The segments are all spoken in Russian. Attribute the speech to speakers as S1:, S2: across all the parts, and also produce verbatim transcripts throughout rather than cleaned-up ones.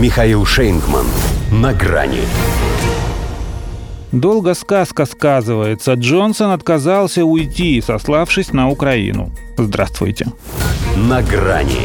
S1: Михаил Шейнгман. На грани.
S2: Долго сказка сказывается. Джонсон отказался уйти, сославшись на Украину. Здравствуйте.
S1: На грани.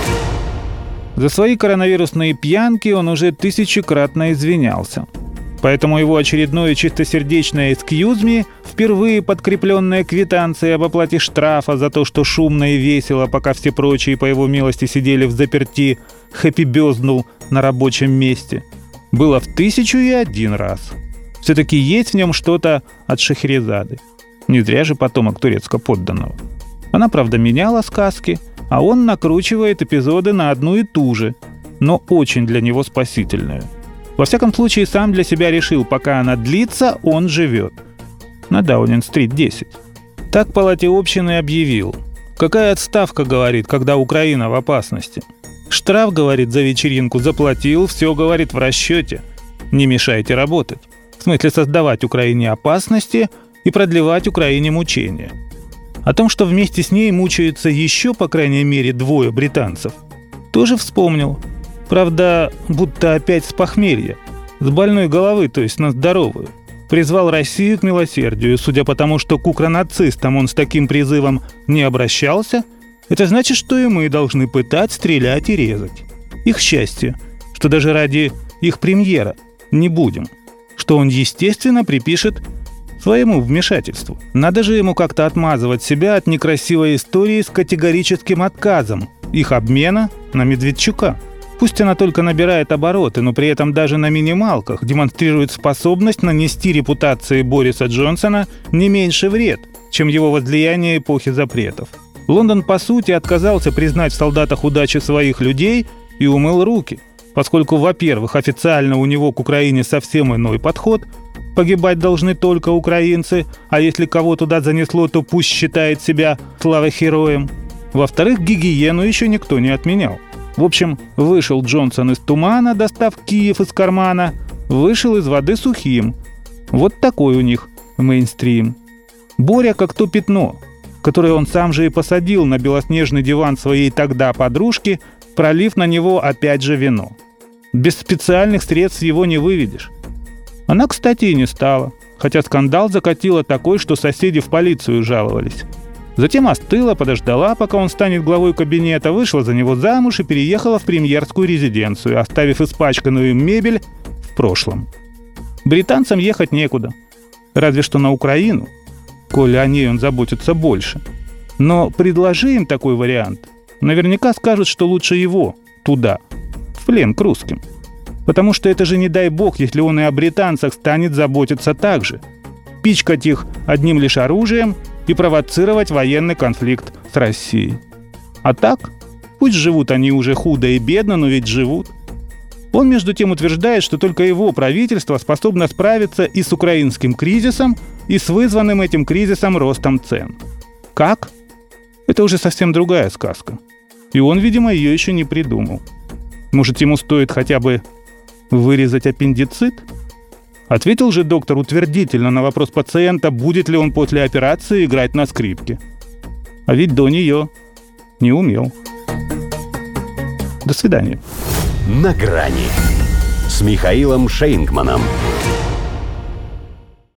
S2: За свои коронавирусные пьянки он уже тысячекратно извинялся. Поэтому его очередное чистосердечное «excuse me», впервые подкрепленное квитанцией об оплате штрафа за то, что шумно и весело, пока все прочие, по его милости, сидели в заперти, хэппи-бёзнул на рабочем месте, было в тысячу и один раз. Все-таки есть в нем что-то от Шахерезады. Не зря же потомок турецко-подданного. Она, правда, меняла сказки, а он накручивает эпизоды на одну и ту же, но очень для него спасительную. Во всяком случае, сам для себя решил, пока она длится, он живет. На Даунинг-стрит десять. Так палате общины объявил. Какая отставка, говорит, когда Украина в опасности? Штраф, говорит, за вечеринку заплатил, все, говорит, в расчете. Не мешайте работать. В смысле создавать Украине опасности и продлевать Украине мучения. О том, что вместе с ней мучаются еще, по крайней мере, двое британцев, тоже вспомнил. Правда, будто опять с похмелья. С больной головы, то есть на здоровую. Призвал Россию к милосердию. Судя по тому, что к укронацистам он с таким призывом не обращался, это значит, что и мы должны пытать, стрелять и резать. Их счастье, что даже ради их премьера не будем. Что он, естественно, припишет своему вмешательству. Надо же ему как-то отмазывать себя от некрасивой истории с категорическим отказом их обмена на Медведчука. Пусть она только набирает обороты, но при этом даже на минималках демонстрирует способность нанести репутации Бориса Джонсона не меньше вред, чем его возлияние эпохи запретов. Лондон, по сути, отказался признать в солдатах удачи своих людей и умыл руки, поскольку, во-первых, официально у него к Украине совсем иной подход, погибать должны только украинцы, а если кого туда занесло, то пусть считает себя славогероем. Во-вторых, гигиену еще никто не отменял. В общем, вышел Джонсон из тумана, достав Киев из кармана, вышел из воды сухим. Вот такой у них мейнстрим. Боря как то пятно, которое он сам же и посадил на белоснежный диван своей тогда подружки, пролив на него опять же вино. Без специальных средств его не выведешь. Она, кстати, и не стала, хотя скандал закатила такой, что соседи в полицию жаловались. Затем остыла, подождала, пока он станет главой кабинета, вышла за него замуж и переехала в премьерскую резиденцию, оставив испачканную мебель в прошлом. Британцам ехать некуда. Разве что на Украину, коли о ней он заботится больше. Но предложи им такой вариант, наверняка скажут, что лучше его туда, в плен к русским. Потому что это же не дай бог, если он и о британцах станет заботиться так же. Пичкать их одним лишь оружием и провоцировать военный конфликт с Россией. А так, пусть живут они уже худо и бедно, но ведь живут. Он, между тем, утверждает, что только его правительство способно справиться и с украинским кризисом, и с вызванным этим кризисом ростом цен. Как? Это уже совсем другая сказка. И он, видимо, ее еще не придумал. Может, ему стоит хотя бы вырезать аппендицит? Ответил же доктор утвердительно на вопрос пациента, будет ли он после операции играть на скрипке. А ведь до нее не умел. До свидания.
S1: На грани с Михаилом Шейнгманом.